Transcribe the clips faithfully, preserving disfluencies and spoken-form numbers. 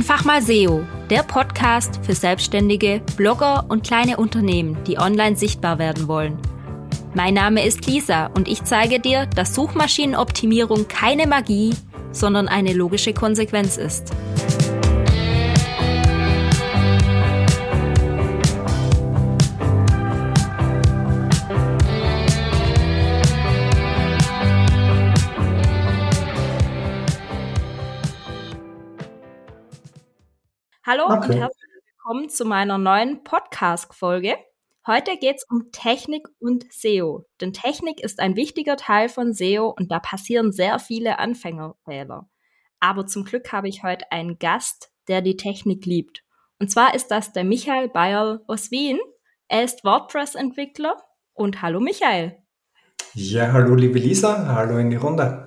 Einfach mal S E O, der Podcast für Selbstständige, Blogger und kleine Unternehmen, die online sichtbar werden wollen. Mein Name ist Lisa und ich zeige dir, dass Suchmaschinenoptimierung keine Magie, sondern eine logische Konsequenz ist. Hallo Okay. und herzlich willkommen zu meiner neuen Podcast-Folge. Heute geht es um Technik und S E O. Denn Technik ist ein wichtiger Teil von S E O und da passieren sehr viele Anfängerfehler. Aber zum Glück habe ich heute einen Gast, der die Technik liebt. Und zwar ist das der Michael Bayerl aus Wien. Er ist WordPress-Entwickler. Und hallo Michael. Ja, hallo liebe Lisa, hallo in die Runde.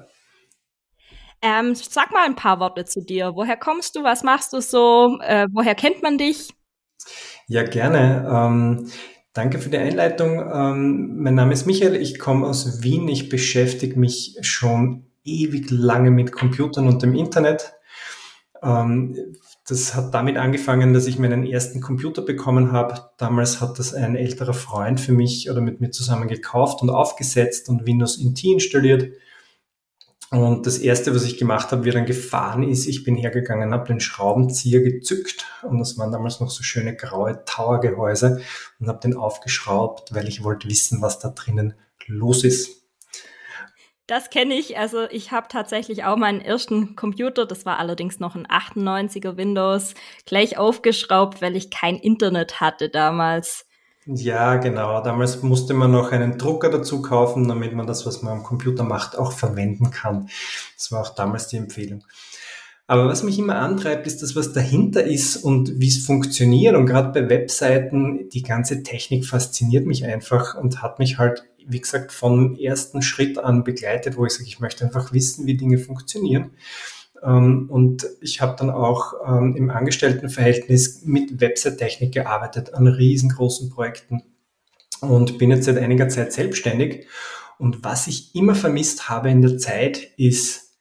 Ähm, sag mal ein paar Worte zu dir. Woher kommst du? Was machst du so? Äh, woher kennt man dich? Ja, gerne. Ähm, danke für die Einleitung. Ähm, mein Name ist Michael, ich komme aus Wien. Ich beschäftige mich schon ewig lange mit Computern und dem Internet. Ähm, das hat damit angefangen, dass ich meinen ersten Computer bekommen habe. Damals hat das ein älterer Freund für mich oder mit mir zusammen gekauft und aufgesetzt und Windows N T installiert. Und das Erste, was ich gemacht habe, wie er dann gefahren ist, ich bin hergegangen, habe den Schraubenzieher gezückt und das waren damals noch so schöne graue Towergehäuse und habe den aufgeschraubt, weil ich wollte wissen, was da drinnen los ist. Das kenne ich. Also ich habe tatsächlich auch meinen ersten Computer, das war allerdings noch ein achtundneunziger Windows, gleich aufgeschraubt, weil ich kein Internet hatte damals. Ja, genau. Damals musste man noch einen Drucker dazu kaufen, damit man das, was man am Computer macht, auch verwenden kann. Das war auch damals die Empfehlung. Aber was mich immer antreibt, ist das, was dahinter ist und wie es funktioniert. Und gerade bei Webseiten, die ganze Technik fasziniert mich einfach und hat mich halt, wie gesagt, vom ersten Schritt an begleitet, wo ich sage, ich möchte einfach wissen, wie Dinge funktionieren. Und ich habe dann auch im Angestelltenverhältnis mit Website-Technik gearbeitet an riesengroßen Projekten und bin jetzt seit einiger Zeit selbstständig. Und was ich immer vermisst habe in der Zeit ist,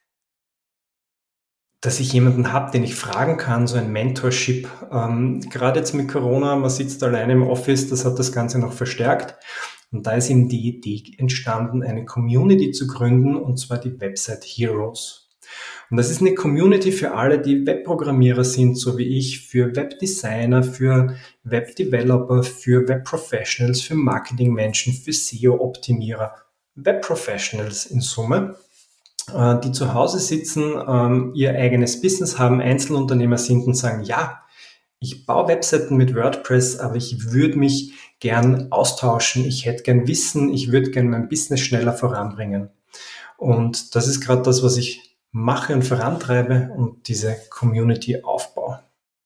dass ich jemanden habe, den ich fragen kann, so ein Mentorship. Ähm, gerade jetzt mit Corona, man sitzt alleine im Office, das hat das Ganze noch verstärkt. Und da ist eben die Idee entstanden, eine Community zu gründen, und zwar die Website Heroes. Und das ist eine Community für alle, die Webprogrammierer sind, so wie ich, für Webdesigner, für Webdeveloper, für Webprofessionals, für Marketingmenschen, für S E O-Optimierer, Webprofessionals in Summe, die zu Hause sitzen, ihr eigenes Business haben, Einzelunternehmer sind und sagen, ja, ich baue Webseiten mit WordPress, aber ich würde mich gern austauschen, ich hätte gern Wissen, ich würde gern mein Business schneller voranbringen. Und das ist gerade das, was ich mache und vorantreibe und diese Community aufbaue.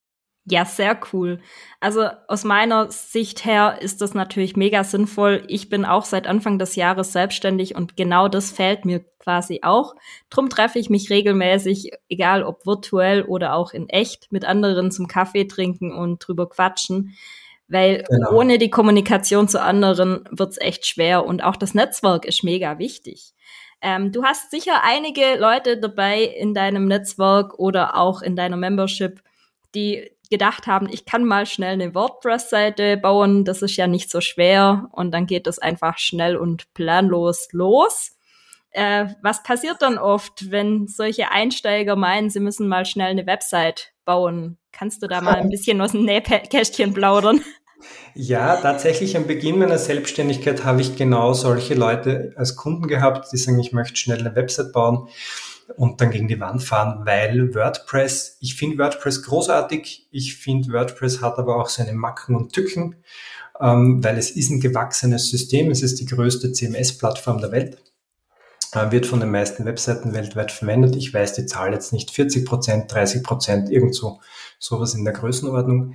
Ja, sehr cool. Also aus meiner Sicht her ist das natürlich mega sinnvoll. Ich bin auch seit Anfang des Jahres selbstständig und genau das fehlt mir quasi auch. Drum treffe ich mich regelmäßig, egal ob virtuell oder auch in echt, mit anderen zum Kaffee trinken und drüber quatschen. Weil Genau. Ohne die Kommunikation zu anderen wird's echt schwer und auch das Netzwerk ist mega wichtig. Ähm, du hast sicher einige Leute dabei in deinem Netzwerk oder auch in deiner Membership, die gedacht haben, ich kann mal schnell eine WordPress-Seite bauen, das ist ja nicht so schwer und dann geht es einfach schnell und planlos los. Äh, was passiert dann oft, wenn solche Einsteiger meinen, sie müssen mal schnell eine Website bauen? Kannst du da mal ein bisschen aus dem Nähkästchen plaudern? Ja, tatsächlich am Beginn meiner Selbstständigkeit habe ich genau solche Leute als Kunden gehabt, die sagen, ich möchte schnell eine Website bauen und dann gegen die Wand fahren, weil WordPress, ich finde WordPress großartig, ich finde WordPress hat aber auch seine Macken und Tücken, ähm, weil es ist ein gewachsenes System, es ist die größte C M S-Plattform der Welt, äh, wird von den meisten Webseiten weltweit verwendet. Ich weiß die Zahl jetzt nicht, vierzig Prozent, dreißig Prozent, irgend so, sowas in der Größenordnung.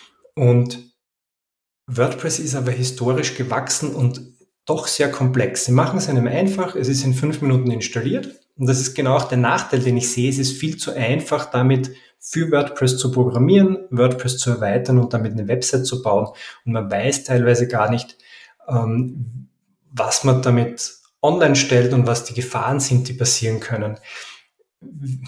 Und WordPress ist aber historisch gewachsen und doch sehr komplex. Sie machen es einem einfach, es ist in fünf Minuten installiert und das ist genau auch der Nachteil, den ich sehe. Es ist viel zu einfach, damit für WordPress zu programmieren, WordPress zu erweitern und damit eine Website zu bauen. Und man weiß teilweise gar nicht, ähm, was man damit online stellt und was die Gefahren sind, die passieren können.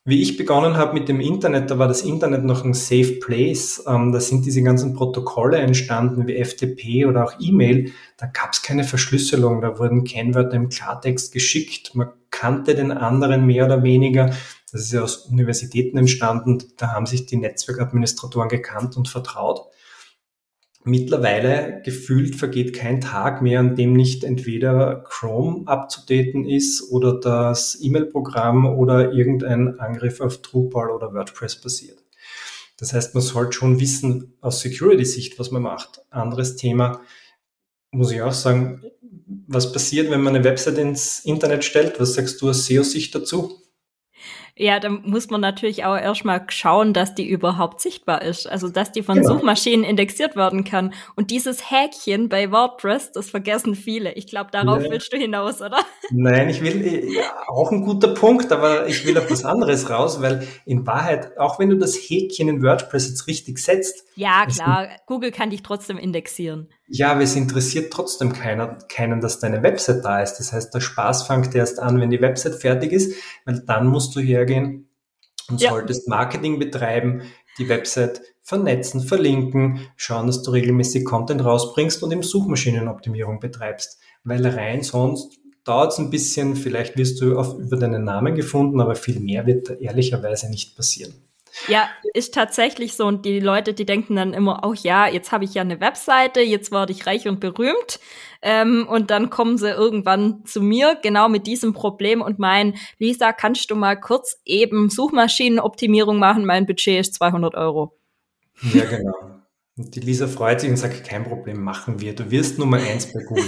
Wie ich begonnen habe mit dem Internet, da war das Internet noch ein Safe Place. Ähm, da sind diese ganzen Protokolle entstanden, wie F T P oder auch E-Mail. Da gab es keine Verschlüsselung, da wurden Kennwörter im Klartext geschickt. Man kannte den anderen mehr oder weniger. Das ist ja aus Universitäten entstanden. Da haben sich die Netzwerkadministratoren gekannt und vertraut. Mittlerweile gefühlt vergeht kein Tag mehr, an dem nicht entweder Chrome abzudaten ist oder das E-Mail-Programm oder irgendein Angriff auf Drupal oder WordPress passiert. Das heißt, man sollte schon wissen aus Security-Sicht, was man macht. Anderes Thema, muss ich auch sagen, was passiert, wenn man eine Website ins Internet stellt? Was sagst du aus S E O-Sicht dazu? Ja, da muss man natürlich auch erstmal schauen, dass die überhaupt sichtbar ist. Also, dass die von Genau. Suchmaschinen indexiert werden kann. Und dieses Häkchen bei WordPress, das vergessen viele. Ich glaube, darauf Ja. willst du hinaus, oder? Nein, ich will, ja, auch ein guter Punkt, aber ich will auf was anderes raus, weil in Wahrheit, auch wenn du das Häkchen in WordPress jetzt richtig setzt, Ja, es, klar. Google kann dich trotzdem indexieren. ja, aber es interessiert trotzdem keiner, keinen, dass deine Website da ist. Das heißt, der Spaß fängt erst an, wenn die Website fertig ist, weil dann musst du hergehen und Ja. solltest Marketing betreiben, die Website vernetzen, verlinken, schauen, dass du regelmäßig Content rausbringst und eben Suchmaschinenoptimierung betreibst. Weil rein sonst dauert es ein bisschen, vielleicht wirst du auf, über deinen Namen gefunden, aber viel mehr wird da ehrlicherweise nicht passieren. Ja, ist tatsächlich so. Und die Leute, die denken dann immer, oh ja, jetzt habe ich ja eine Webseite, jetzt werde ich reich und berühmt. Ähm, und dann kommen sie irgendwann zu mir, genau mit diesem Problem und meinen, Lisa, kannst du mal kurz eben Suchmaschinenoptimierung machen? Mein Budget ist zweihundert Euro. Ja, genau. Und die Lisa freut sich und sagt, kein Problem, machen wir. Du wirst Nummer eins bei Google.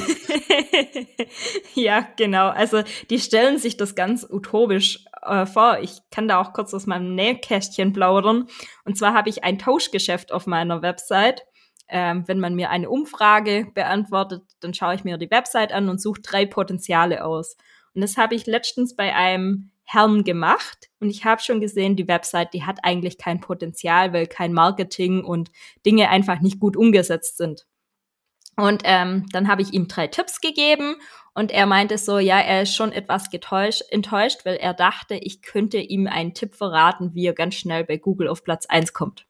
Ja, genau. Also die stellen sich das ganz utopisch äh, vor. Ich kann da auch kurz aus meinem Nähkästchen plaudern. Und zwar habe ich ein Tauschgeschäft auf meiner Website. Ähm, wenn man mir eine Umfrage beantwortet, dann schaue ich mir die Website an und suche drei Potenziale aus. Und das habe ich letztens bei einem Herrn gemacht. Und ich habe schon gesehen, die Website, die hat eigentlich kein Potenzial, weil kein Marketing und Dinge einfach nicht gut umgesetzt sind. Und ähm, dann habe ich ihm drei Tipps gegeben und er meinte so, ja, er ist schon etwas getäuscht, enttäuscht, weil er dachte, ich könnte ihm einen Tipp verraten, wie er ganz schnell bei Google auf Platz eins kommt.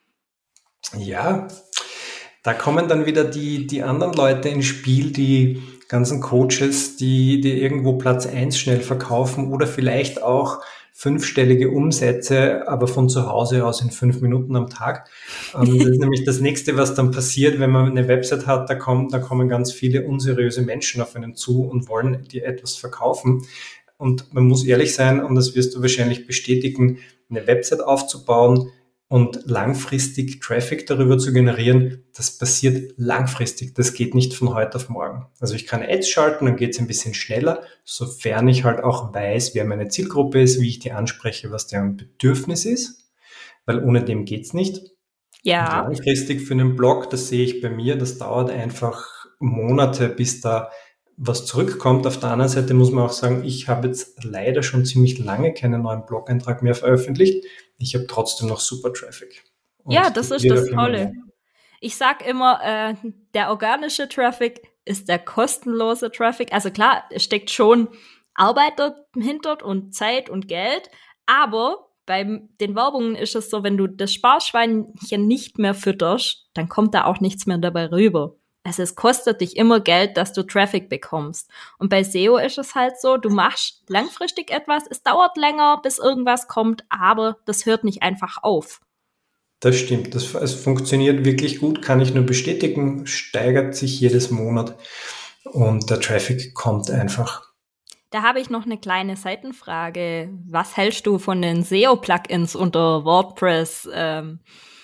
Ja, da kommen dann wieder die, die anderen Leute ins Spiel, die ganzen Coaches, die, die irgendwo Platz eins schnell verkaufen oder vielleicht auch fünfstellige Umsätze, aber von zu Hause aus in fünf Minuten am Tag. Ähm, das ist nämlich das Nächste, was dann passiert, wenn man eine Website hat, da kommen, da kommen ganz viele unseriöse Menschen auf einen zu und wollen dir etwas verkaufen. Und man muss ehrlich sein, und das wirst du wahrscheinlich bestätigen, eine Website aufzubauen und langfristig Traffic darüber zu generieren, das passiert langfristig. Das geht nicht von heute auf morgen. Also ich kann Ads schalten, dann geht es ein bisschen schneller, sofern ich halt auch weiß, wer meine Zielgruppe ist, wie ich die anspreche, was deren Bedürfnis ist, weil ohne dem geht's nicht. Ja. Und langfristig für einen Blog, das sehe ich bei mir, das dauert einfach Monate, bis da was zurückkommt. Auf der anderen Seite muss man auch sagen, ich habe jetzt leider schon ziemlich lange keinen neuen Blog-Eintrag mehr veröffentlicht. Ich habe trotzdem noch super Traffic. Und ja, das ist wird das auch immer Tolle. mehr. Ich sag immer, äh, der organische Traffic ist der kostenlose Traffic. Also klar, es steckt schon Arbeit dahinter und Zeit und Geld, aber bei den Werbungen ist es so, wenn du das Sparschweinchen nicht mehr fütterst, dann kommt da auch nichts mehr dabei rüber. Also es kostet dich immer Geld, dass du Traffic bekommst. Und bei S E O ist es halt so, du machst langfristig etwas, es dauert länger, bis irgendwas kommt, aber das hört nicht einfach auf. Das stimmt, das, es funktioniert wirklich gut, kann ich nur bestätigen, steigert sich jedes Monat und der Traffic kommt einfach. Da habe ich noch eine kleine Seitenfrage. Was hältst du von den S E O-Plugins unter WordPress? Ähm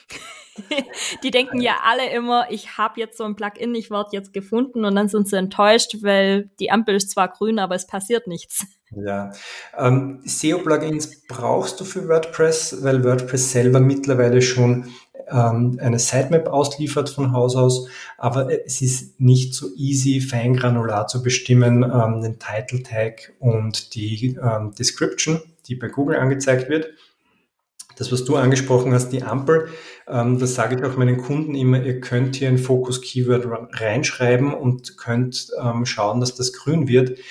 Die denken ja alle immer, ich habe jetzt so ein Plugin, ich werde jetzt gefunden und dann sind sie enttäuscht, weil die Ampel ist zwar grün, aber es passiert nichts. Ja, ähm, S E O-Plugins brauchst du für WordPress, weil WordPress selber mittlerweile schon ähm, eine Sitemap ausliefert von Haus aus, aber es ist nicht so easy, feingranular zu bestimmen, ähm, den Title-Tag und die ähm, Description, die bei Google angezeigt wird. Das, was du angesprochen hast, die Ampel, ähm, das sage ich auch meinen Kunden immer, ihr könnt hier ein Focus-Keyword reinschreiben und könnt ähm, schauen, dass das grün wird.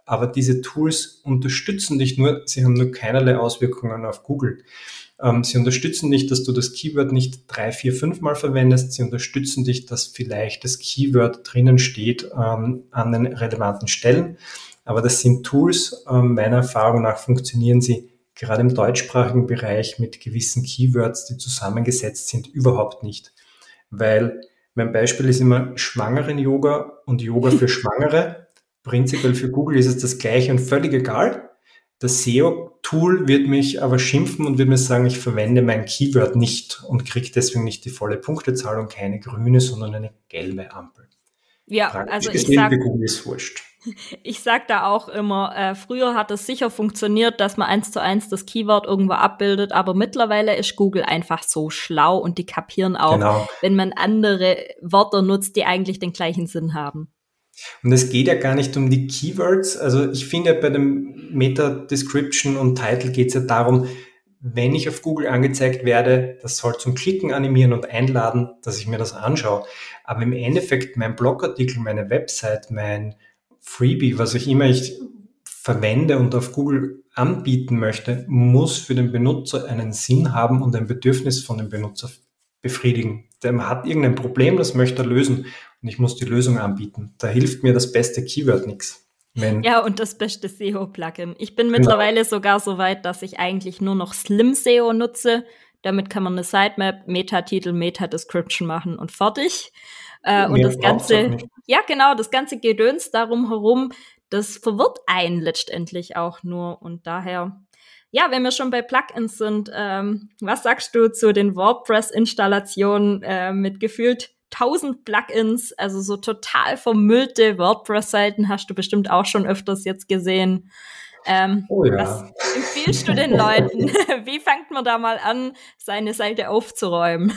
aber diese Tools unterstützen dich nur, sie haben nur keinerlei Auswirkungen auf Google. Ähm, sie unterstützen dich, dass du das Keyword nicht drei, vier, fünf Mal verwendest. Sie unterstützen dich, dass vielleicht das Keyword drinnen steht ähm, an den relevanten Stellen. Aber das sind Tools, ähm, meiner Erfahrung nach funktionieren sie gerade im deutschsprachigen Bereich mit gewissen Keywords, die zusammengesetzt sind, überhaupt nicht. Weil mein Beispiel ist immer Schwangeren-Yoga und Yoga für Schwangere. Prinzipiell für Google ist es das Gleiche und völlig egal. Das S E O-Tool wird mich aber schimpfen und wird mir sagen, ich verwende mein Keyword nicht und kriege deswegen nicht die volle Punktezahl und keine grüne, sondern eine gelbe Ampel. Ja, Praktisch also ich gesehen, sag, für Google ist wurscht. Ich sag da auch immer, äh, früher hat es sicher funktioniert, dass man eins zu eins das Keyword irgendwo abbildet, aber mittlerweile ist Google einfach so schlau und die kapieren auch, Genau. wenn man andere Wörter nutzt, die eigentlich den gleichen Sinn haben. Und es geht ja gar nicht um die Keywords. Also ich finde, bei dem Meta-Description und Title geht es ja darum, wenn ich auf Google angezeigt werde, das soll zum Klicken animieren und einladen, dass ich mir das anschaue. Aber im Endeffekt mein Blogartikel, meine Website, mein Freebie, was ich immer ich verwende und auf Google anbieten möchte, muss für den Benutzer einen Sinn haben und ein Bedürfnis von dem Benutzer befriedigen. Der hat irgendein Problem, das möchte er lösen und ich muss die Lösung anbieten. Da hilft mir das beste Keyword nichts. Wenn ja, und das beste S E O-Plugin. Ich bin genau. mittlerweile sogar so weit, dass ich eigentlich nur noch Slim S E O nutze. Damit kann man eine Sitemap, Meta-Titel, Meta-Description machen und fertig. Äh, und das Ganze, ja genau, das ganze Gedöns darum herum, das verwirrt einen letztendlich auch nur. Und daher, ja, wenn wir schon bei Plugins sind, ähm, was sagst du zu den WordPress-Installationen äh, mit gefühlt tausend Plugins, also so total vermüllte WordPress-Seiten, hast du bestimmt auch schon öfters jetzt gesehen. Ähm, oh ja. Was empfiehlst du den Leuten? Wie fängt man da mal an, seine Seite aufzuräumen?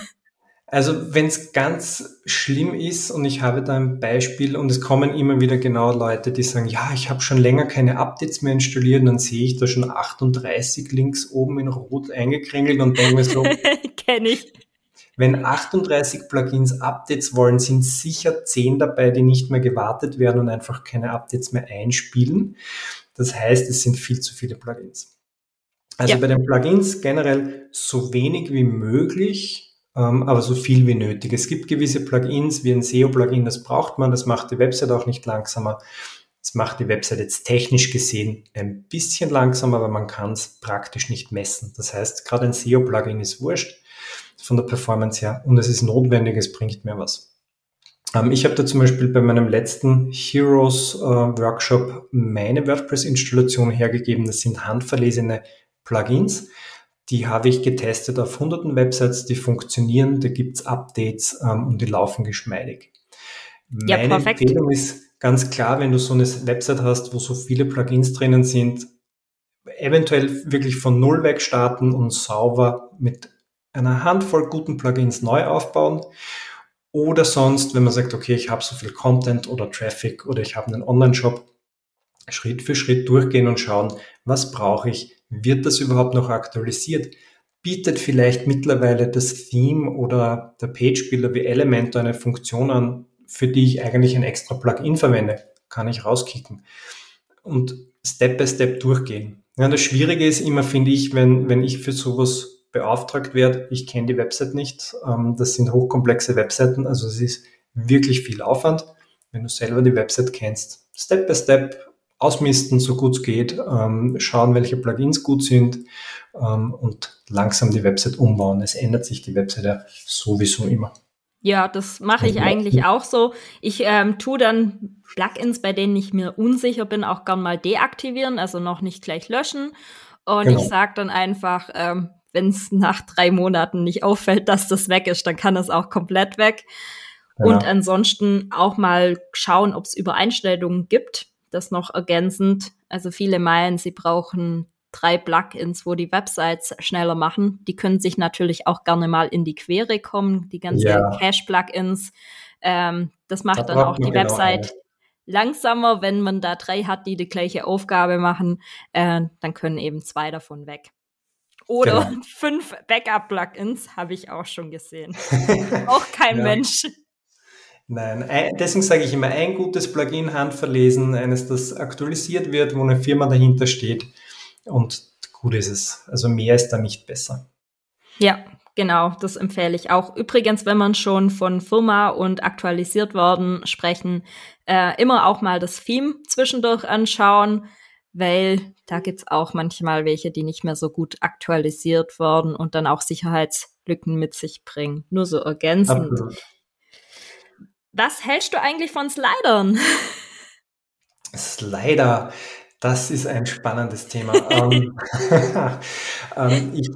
Also wenn es ganz schlimm ist und ich habe da ein Beispiel und es kommen immer wieder genau Leute, die sagen, ja, ich habe schon länger keine Updates mehr installiert und dann sehe ich da schon achtunddreißig Links oben in Rot eingekringelt und denke mir so, kenn ich. Wenn achtunddreißig Plugins Updates wollen, sind sicher zehn dabei, die nicht mehr gewartet werden und einfach keine Updates mehr einspielen. Das heißt, es sind viel zu viele Plugins. Also ja. Bei den Plugins generell so wenig wie möglich, ähm, aber so viel wie nötig. Es gibt gewisse Plugins, wie ein S E O-Plugin, das braucht man, das macht die Website auch nicht langsamer. Das macht die Website jetzt technisch gesehen ein bisschen langsamer, aber man kann es praktisch nicht messen. Das heißt, gerade ein S E O-Plugin ist wurscht von der Performance her und es ist notwendig, es bringt mir was. Ähm, ich habe da zum Beispiel bei meinem letzten Heroes äh, Workshop meine WordPress-Installation hergegeben. Das sind handverlesene Plugins. Die habe ich getestet auf hunderten Websites, die funktionieren, da gibt's Updates ähm, und die laufen geschmeidig. Ja, Meine perfekt. Empfehlung ist ganz klar, wenn du so eine Website hast, wo so viele Plugins drinnen sind, eventuell wirklich von Null weg starten und sauber mit einer Handvoll guten Plugins neu aufbauen. Oder sonst, wenn man sagt, okay, ich habe so viel Content oder Traffic oder ich habe einen Online-Shop, Schritt für Schritt durchgehen und schauen, was brauche ich? Wird das überhaupt noch aktualisiert? Bietet vielleicht mittlerweile das Theme oder der Page-Builder wie Elementor eine Funktion an, für die ich eigentlich ein extra Plugin verwende? Kann ich rauskicken. Und Step by Step durchgehen. Ja, das Schwierige ist immer, finde ich, wenn, wenn ich für sowas beauftragt werde, ich kenne die Website nicht, das sind hochkomplexe Webseiten, also es ist wirklich viel Aufwand. Wenn du selber die Website kennst, Step by Step ausmisten, so gut es geht, schauen, welche Plugins gut sind und langsam die Website umbauen. Es ändert sich die Website ja sowieso immer. Ja, das mache ich eigentlich auch so. Ich ähm, tue dann Plugins, bei denen ich mir unsicher bin, auch gern mal deaktivieren, also noch nicht gleich löschen. Und genau. Ich sage dann einfach, ähm, wenn es nach drei Monaten nicht auffällt, dass das weg ist, dann kann es auch komplett weg. Ja. Und ansonsten auch mal schauen, ob es Übereinstellungen gibt. Das noch ergänzend. Also viele meinen, sie brauchen drei Plugins, wo die Websites schneller machen. Die können sich natürlich auch gerne mal in die Quere kommen, die ganzen ja. Cache-Plugins. Ähm, das macht da dann auch die genau Website eine. langsamer. Wenn man da drei hat, die die gleiche Aufgabe machen, äh, dann können eben zwei davon weg. Oder genau. fünf Backup-Plugins habe ich auch schon gesehen. Auch kein ja. Mensch. Nein, ein, deswegen sage ich immer, ein gutes Plugin handverlesen, eines, das aktualisiert wird, wo eine Firma dahinter steht und gut ist es. Also mehr ist da nicht besser. Ja, genau, das empfehle ich auch. Übrigens, wenn man schon von Firma und aktualisiert worden sprechen, äh, immer auch mal das Theme zwischendurch anschauen, weil da gibt's auch manchmal welche, die nicht mehr so gut aktualisiert wurden und dann auch Sicherheitslücken mit sich bringen. Nur so ergänzend. Absolut. Was hältst du eigentlich von Slidern? Slider, das ist ein spannendes Thema. ähm, ähm, ich,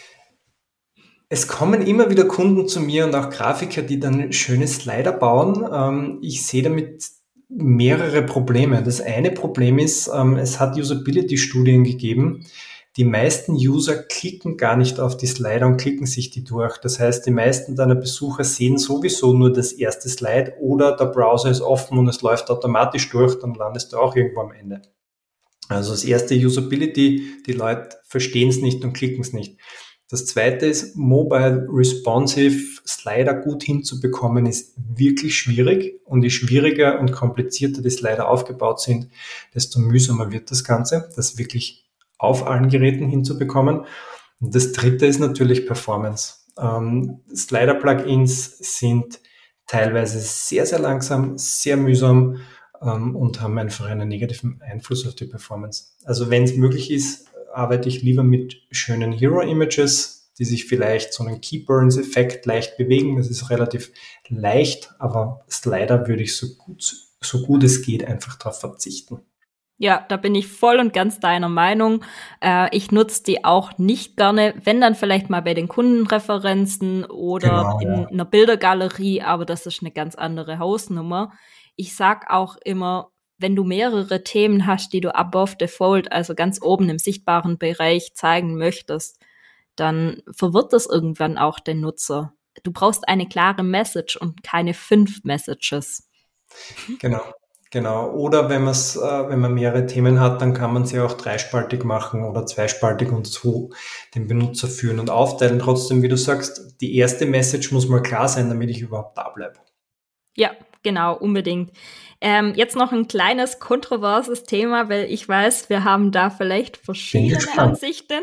es kommen immer wieder Kunden zu mir und auch Grafiker, die dann schöne Slider bauen. Ähm, ich sehe damit mehrere Probleme. Das eine Problem ist, ähm, es hat Usability-Studien gegeben. Die meisten User klicken gar nicht auf die Slider und klicken sich die durch. Das heißt, die meisten deiner Besucher sehen sowieso nur das erste Slide oder der Browser ist offen und es läuft automatisch durch, dann landest du auch irgendwo am Ende. Also das erste Usability, die Leute verstehen es nicht und klicken es nicht. Das zweite ist, mobile responsive Slider gut hinzubekommen, ist wirklich schwierig. Und je schwieriger und komplizierter die Slider aufgebaut sind, desto mühsamer wird das Ganze, das wirklich auf allen Geräten hinzubekommen. Und das dritte ist natürlich Performance. Ähm, Slider-Plugins sind teilweise sehr, sehr langsam, sehr mühsam ähm, und haben einfach einen negativen Einfluss auf die Performance. Also wenn es möglich ist, arbeite ich lieber mit schönen Hero-Images, die sich vielleicht so einen Keyburns-Effekt leicht bewegen. Das ist relativ leicht, aber Slider würde ich so gut, so gut es geht einfach darauf verzichten. Ja, da bin ich voll und ganz deiner Meinung. Äh, ich nutze die auch nicht gerne, wenn dann vielleicht mal bei den Kundenreferenzen oder Genau, in ja. einer Bildergalerie, aber das ist eine ganz andere Hausnummer. Ich sag auch immer, wenn du mehrere Themen hast, die du above the fold, also ganz oben im sichtbaren Bereich zeigen möchtest, dann verwirrt das irgendwann auch den Nutzer. Du brauchst eine klare Message und keine fünf Messages. Genau. Genau. Oder wenn, man's, äh, wenn man mehrere Themen hat, dann kann man sie auch dreispaltig machen oder zweispaltig und so den Benutzer führen und aufteilen. Trotzdem, wie du sagst, die erste Message muss mal klar sein, damit ich überhaupt da bleibe. Ja, genau, unbedingt. Ähm, jetzt noch ein kleines kontroverses Thema, weil ich weiß, wir haben da vielleicht verschiedene Ansichten.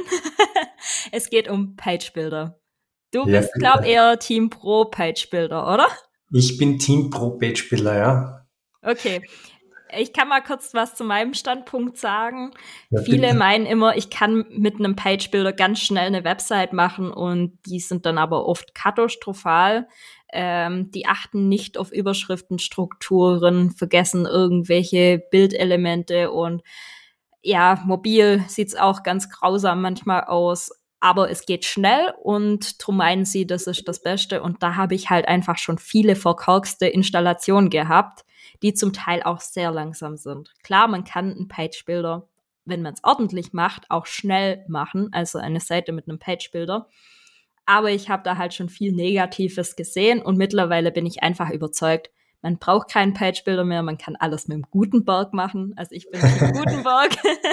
Es geht um Page-Builder. Du Ja, bist, glaub eher Team Pro Page-Builder, oder? Ich bin Team Pro Page-Builder, ja. Okay. Ich kann mal kurz was zu meinem Standpunkt sagen. Ja, Viele bitte. meinen immer, ich kann mit einem Page-Builder ganz schnell eine Website machen und die sind dann aber oft katastrophal. Ähm, die achten nicht auf Überschriftenstrukturen, vergessen irgendwelche Bildelemente und ja, mobil sieht's auch ganz grausam manchmal aus. Aber es geht schnell und drum meinen sie, das ist das Beste. Und da habe ich halt einfach schon viele verkorkste Installationen gehabt, die zum Teil auch sehr langsam sind. Klar, man kann einen Page-Builder, wenn man es ordentlich macht, auch schnell machen, also eine Seite mit einem Page-Builder. Aber ich habe da halt schon viel Negatives gesehen und mittlerweile bin ich einfach überzeugt, man braucht keinen Page-Builder mehr, man kann alles mit dem Gutenberg machen. Also ich bin Team Gutenberg.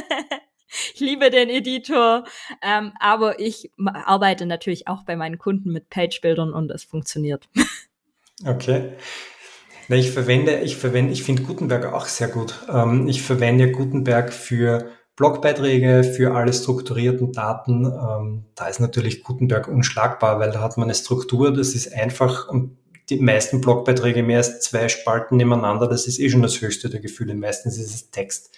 Ich liebe den Editor, ähm, aber ich arbeite natürlich auch bei meinen Kunden mit Page-Buildern und es funktioniert. Okay. Na, ich verwende, ich verwende, ich finde Gutenberg auch sehr gut. Ähm, ich verwende Gutenberg für Blogbeiträge, für alle strukturierten Daten. Ähm, da ist natürlich Gutenberg unschlagbar, weil da hat man eine Struktur, das ist einfach und die meisten Blogbeiträge mehr als zwei Spalten nebeneinander, das ist eh schon das höchste der Gefühle. Meistens ist es Text.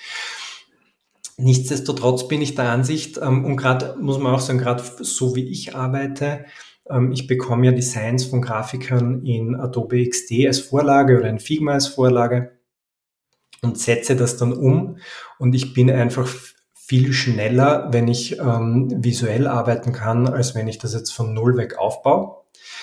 Nichtsdestotrotz bin ich der Ansicht, ähm, und gerade muss man auch sagen, gerade so wie ich arbeite, ähm, ich bekomme ja Designs von Grafikern in Adobe X D als Vorlage oder in Figma als Vorlage und setze das dann um und ich bin einfach viel schneller, wenn ich ähm, visuell arbeiten kann, als wenn ich das jetzt von Null weg aufbaue.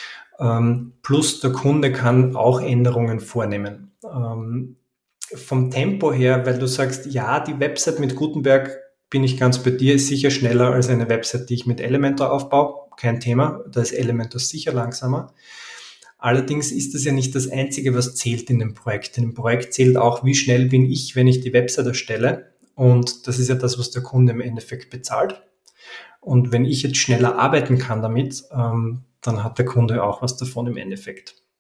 Ähm, plus der Kunde kann auch Änderungen vornehmen. Ähm, vom Tempo her, weil du sagst, ja, die Website mit Gutenberg, bin ich ganz bei dir, ist sicher schneller als eine Website, die ich mit Elementor aufbaue. Kein Thema, da ist Elementor sicher langsamer. Allerdings ist das ja nicht das Einzige, was zählt in dem Projekt. In dem Projekt zählt auch, wie schnell bin ich, wenn ich die Website erstelle. Und das ist ja das, was der Kunde im Endeffekt bezahlt. Und wenn ich jetzt schneller arbeiten kann damit, ähm, dann hat der Kunde auch was davon im Endeffekt.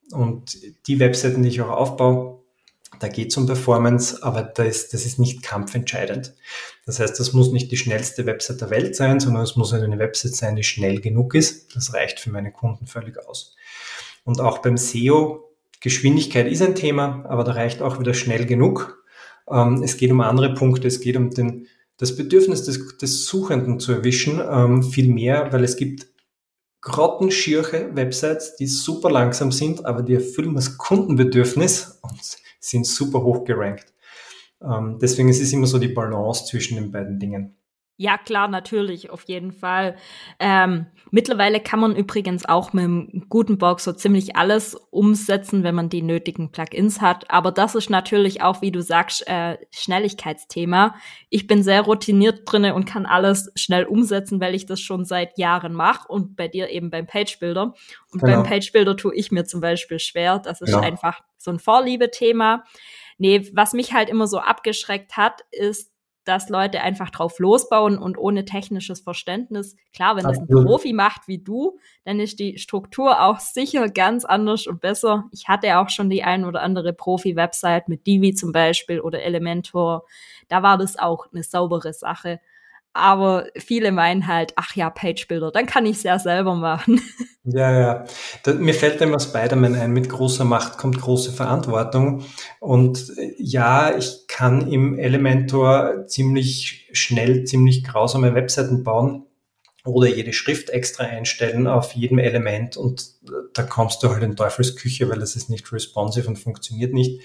Und die Webseiten, die ich auch aufbaue, da geht es um Performance, aber das ist, das ist nicht kampfentscheidend. Das heißt, das muss nicht die schnellste Website der Welt sein, sondern es muss eine Website sein, die schnell genug ist. Das reicht für meine Kunden völlig aus. Und auch beim S E O, Geschwindigkeit ist ein Thema, aber da reicht auch wieder schnell genug. Ähm, es geht um andere Punkte, es geht um den, das Bedürfnis des, des Suchenden zu erwischen, ähm, viel mehr, weil es gibt grottenschierche Websites, die super langsam sind, aber die erfüllen das Kundenbedürfnis und sind super hoch gerankt. Ähm, deswegen ist es immer so die Balance zwischen den beiden Dingen. Ja, klar, natürlich, auf jeden Fall. Ähm, mittlerweile kann man übrigens auch mit einem Gutenberg so ziemlich alles umsetzen, wenn man die nötigen Plugins hat. Aber das ist natürlich auch, wie du sagst, äh, Schnelligkeitsthema. Ich bin sehr routiniert drinne und kann alles schnell umsetzen, weil ich das schon seit Jahren mache und bei dir eben beim Page-Builder. Und Genau. beim Page-Builder tue ich mir zum Beispiel schwer. Das ist Genau. einfach so ein Vorliebethema. Nee, was mich halt immer so abgeschreckt hat, ist, dass Leute einfach drauf losbauen und ohne technisches Verständnis. Klar, wenn das ein Absolut. Profi macht wie du, dann ist die Struktur auch sicher ganz anders und besser. Ich hatte auch schon die ein oder andere Profi-Website mit Divi zum Beispiel oder Elementor. Da war das auch eine saubere Sache. Aber viele meinen halt, ach ja, Page-Builder, dann kann ich es ja selber machen. Ja, ja. Da, mir fällt immer Spider-Man ein, mit großer Macht kommt große Verantwortung. Und äh, ja, ich kann im Elementor ziemlich schnell, ziemlich grausame Webseiten bauen oder jede Schrift extra einstellen auf jedem Element und äh, da kommst du halt in Teufelsküche, weil das ist nicht responsive und funktioniert nicht.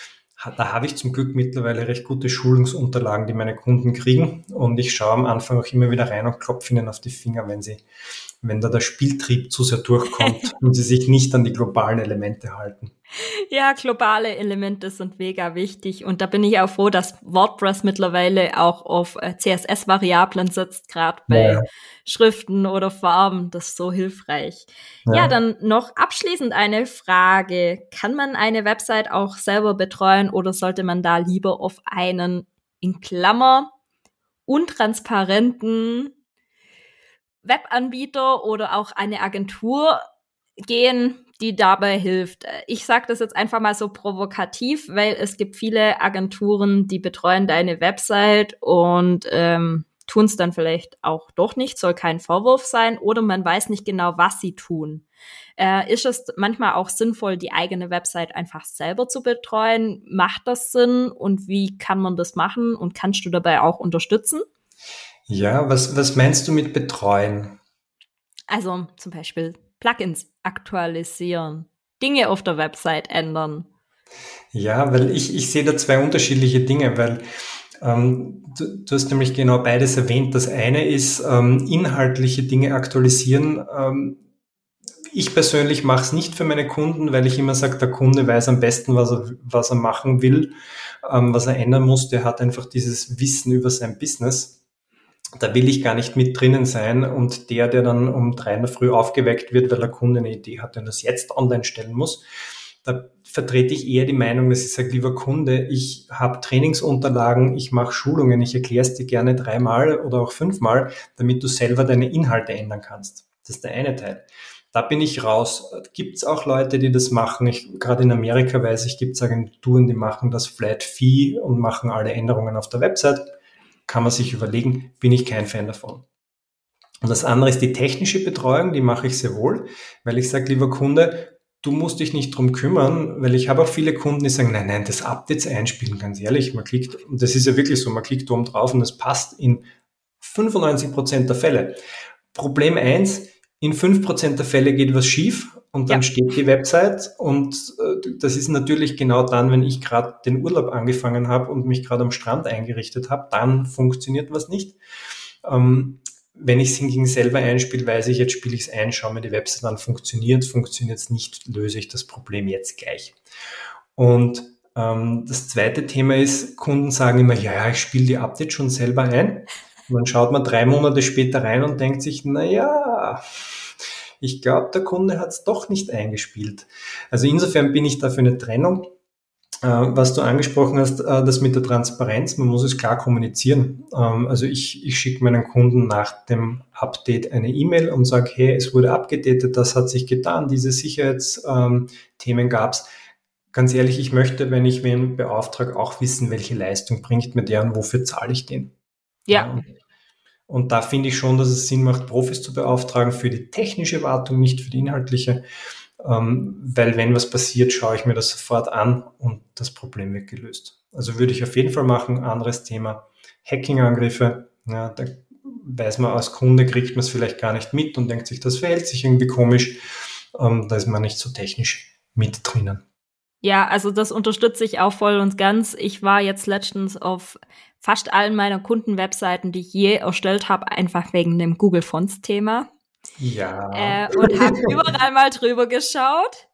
Da habe ich zum Glück mittlerweile recht gute Schulungsunterlagen, die meine Kunden kriegen und ich schaue am Anfang auch immer wieder rein und klopfe ihnen auf die Finger, wenn sie, wenn da der Spieltrieb zu sehr durchkommt und sie sich nicht an die globalen Elemente halten. Ja, globale Elemente sind mega wichtig und da bin ich auch froh, dass WordPress mittlerweile auch auf C S S-Variablen setzt, gerade bei Ja. Schriften oder Farben. Das ist so hilfreich. Ja. Ja. ja, dann noch abschließend eine Frage. Kann man eine Website auch selber betreuen oder sollte man da lieber auf einen, in Klammer, untransparenten Webanbieter oder auch eine Agentur gehen, die dabei hilft? Ich sage das jetzt einfach mal so provokativ, weil es gibt viele Agenturen, die betreuen deine Website und ähm, tun es dann vielleicht auch doch nicht, soll kein Vorwurf sein, oder man weiß nicht genau, was sie tun. Äh, ist es manchmal auch sinnvoll, die eigene Website einfach selber zu betreuen? Macht das Sinn und wie kann man das machen und kannst du dabei auch unterstützen? Ja, was, was meinst du mit betreuen? Also zum Beispiel Plugins aktualisieren, Dinge auf der Website ändern. Ja, weil ich, ich sehe da zwei unterschiedliche Dinge, weil ähm, du, du hast nämlich genau beides erwähnt. Das eine ist ähm, inhaltliche Dinge aktualisieren. Ähm, ich persönlich mache es nicht für meine Kunden, weil ich immer sage, der Kunde weiß am besten, was er, was er machen will, ähm, was er ändern muss. Der hat einfach dieses Wissen über sein Business. Da will ich gar nicht mit drinnen sein und der, der dann um drei in der Früh aufgeweckt wird, weil der Kunde eine Idee hat und das jetzt online stellen muss, da vertrete ich eher die Meinung, dass ich sage, lieber Kunde, ich habe Trainingsunterlagen, ich mache Schulungen, ich erkläre es dir gerne dreimal oder auch fünfmal, damit du selber deine Inhalte ändern kannst. Das ist der eine Teil. Da bin ich raus. Gibt es auch Leute, die das machen? Ich, gerade in Amerika weiß ich, gibt es Agenturen, die machen das Flat Fee und machen alle Änderungen auf der Website. Kann man sich überlegen, bin ich kein Fan davon. Und das andere ist die technische Betreuung, die mache ich sehr wohl, weil ich sage, lieber Kunde, du musst dich nicht drum kümmern, weil ich habe auch viele Kunden, die sagen, nein, nein, das Updates einspielen, ganz ehrlich, man klickt, und das ist ja wirklich so, man klickt oben drauf und das passt in fünfundneunzig Prozent der Fälle. Problem eins, in fünf Prozent der Fälle geht was schief und dann ja. steht die Website und äh, das ist natürlich genau dann, wenn ich gerade den Urlaub angefangen habe und mich gerade am Strand eingerichtet habe, dann funktioniert was nicht. Ähm, wenn ich es hingegen selber einspiele, weiß ich, jetzt spiele ich es ein, schaue mir die Website an, funktioniert, funktioniert es nicht, löse ich das Problem jetzt gleich. Und ähm, das zweite Thema ist, Kunden sagen immer, ja, ja, ich spiele die Updates schon selber ein. Und dann schaut man drei Monate später rein und denkt sich, na ja, ich glaube, der Kunde hat es doch nicht eingespielt. Also insofern bin ich da für eine Trennung. Äh, was du angesprochen hast, äh, das mit der Transparenz, man muss es klar kommunizieren. Ähm, also ich, ich schicke meinen Kunden nach dem Update eine E-Mail und sage, hey, es wurde abgedatet, das hat sich getan, diese Sicherheitsthemen ähm, gab es. Ganz ehrlich, ich möchte, wenn ich wen beauftrage, auch wissen, welche Leistung bringt mir der und wofür zahle ich den. Ja, Ja. und, und da finde ich schon, dass es Sinn macht, Profis zu beauftragen für die technische Wartung, nicht für die inhaltliche. Ähm, weil wenn was passiert, schaue ich mir das sofort an und das Problem wird gelöst. Also würde ich auf jeden Fall machen. Anderes Thema, Hacking-Angriffe. Ja, da weiß man, als Kunde kriegt man es vielleicht gar nicht mit und denkt sich, das verhält sich irgendwie komisch. Ähm, da ist man nicht so technisch mit drinnen. Ja, also das unterstütze ich auch voll und ganz. Ich war jetzt letztens auf fast allen meiner Kundenwebseiten, die ich je erstellt habe, einfach wegen dem Google Fonts-Thema. Ja. Äh, und habe überall mal drüber geschaut.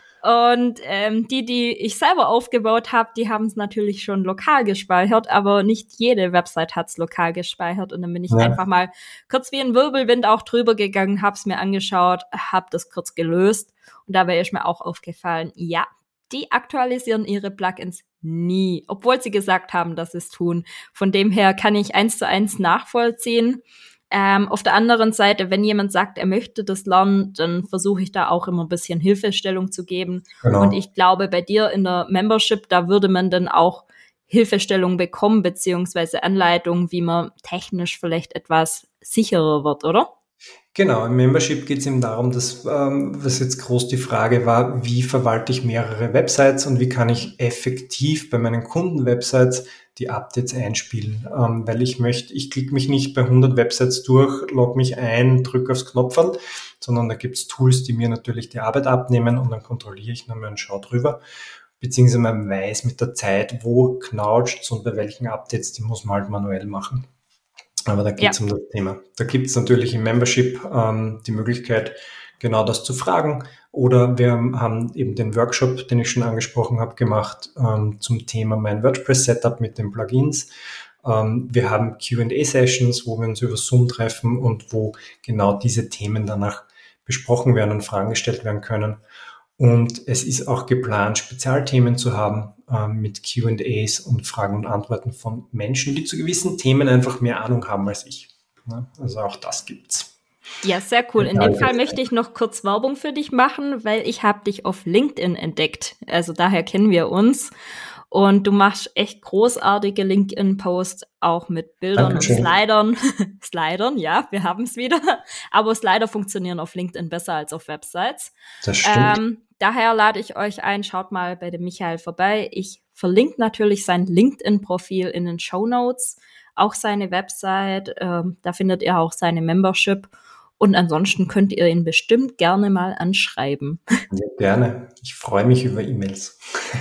Und ähm, die, die ich selber aufgebaut habe, die haben es natürlich schon lokal gespeichert, aber nicht jede Website hat's lokal gespeichert. Und dann bin ich Ja. einfach mal kurz wie ein Wirbelwind auch drüber gegangen, hab's mir angeschaut, hab das kurz gelöst. Und dabei ist mir auch aufgefallen, ja, die aktualisieren ihre Plugins nie, obwohl sie gesagt haben, dass sie es tun. Von dem her kann ich eins zu eins nachvollziehen. Ähm, auf der anderen Seite, wenn jemand sagt, er möchte das lernen, dann versuche ich da auch immer ein bisschen Hilfestellung zu geben. Genau. Und ich glaube, bei dir in der Membership, da würde man dann auch Hilfestellung bekommen, beziehungsweise Anleitungen, wie man technisch vielleicht etwas sicherer wird, oder? Genau, im Membership geht es eben darum, dass, ähm, was jetzt groß die Frage war, wie verwalte ich mehrere Websites und wie kann ich effektiv bei meinen Kunden-Websites die Updates einspielen, ähm, weil ich möchte, ich klicke mich nicht bei hundert Websites durch, log mich ein, drücke aufs Knopferl, sondern da gibt es Tools, die mir natürlich die Arbeit abnehmen und dann kontrolliere ich nochmal und schaue drüber, beziehungsweise man weiß mit der Zeit, wo knautscht und bei welchen Updates, die muss man halt manuell machen. Aber da geht es ja um das Thema. Da gibt es natürlich im Membership ähm, die Möglichkeit, genau das zu fragen. Oder wir haben eben den Workshop, den ich schon angesprochen habe, gemacht ähm, zum Thema mein WordPress-Setup mit den Plugins. Ähm, wir haben Q and A-Sessions, wo wir uns über Zoom treffen und wo genau diese Themen danach besprochen werden und Fragen gestellt werden können. Und es ist auch geplant, Spezialthemen zu haben äh, mit Q and As und Fragen und Antworten von Menschen, die zu gewissen Themen einfach mehr Ahnung haben als ich. Ja, also auch das gibt's. Ja, sehr cool. In dem Fall möchte ich noch kurz Werbung für dich machen, weil ich habe dich auf LinkedIn entdeckt. Also daher kennen wir uns. Und du machst echt großartige LinkedIn-Posts, auch mit Bildern Dankeschön. und Slidern. Slidern, ja, wir haben es wieder. Aber Slider funktionieren auf LinkedIn besser als auf Websites. Das stimmt. Ähm, daher lade ich euch ein, schaut mal bei dem Michael vorbei. Ich verlinke natürlich sein LinkedIn-Profil in den Shownotes, auch seine Website. Ähm, da findet ihr auch seine Membership. Und ansonsten könnt ihr ihn bestimmt gerne mal anschreiben. Ja, gerne. Ich freue mich über E-Mails.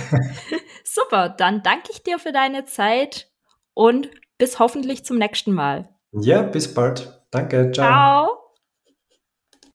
Super, dann danke ich dir für deine Zeit und bis hoffentlich zum nächsten Mal. Ja, bis bald. Danke, ciao. Ciao.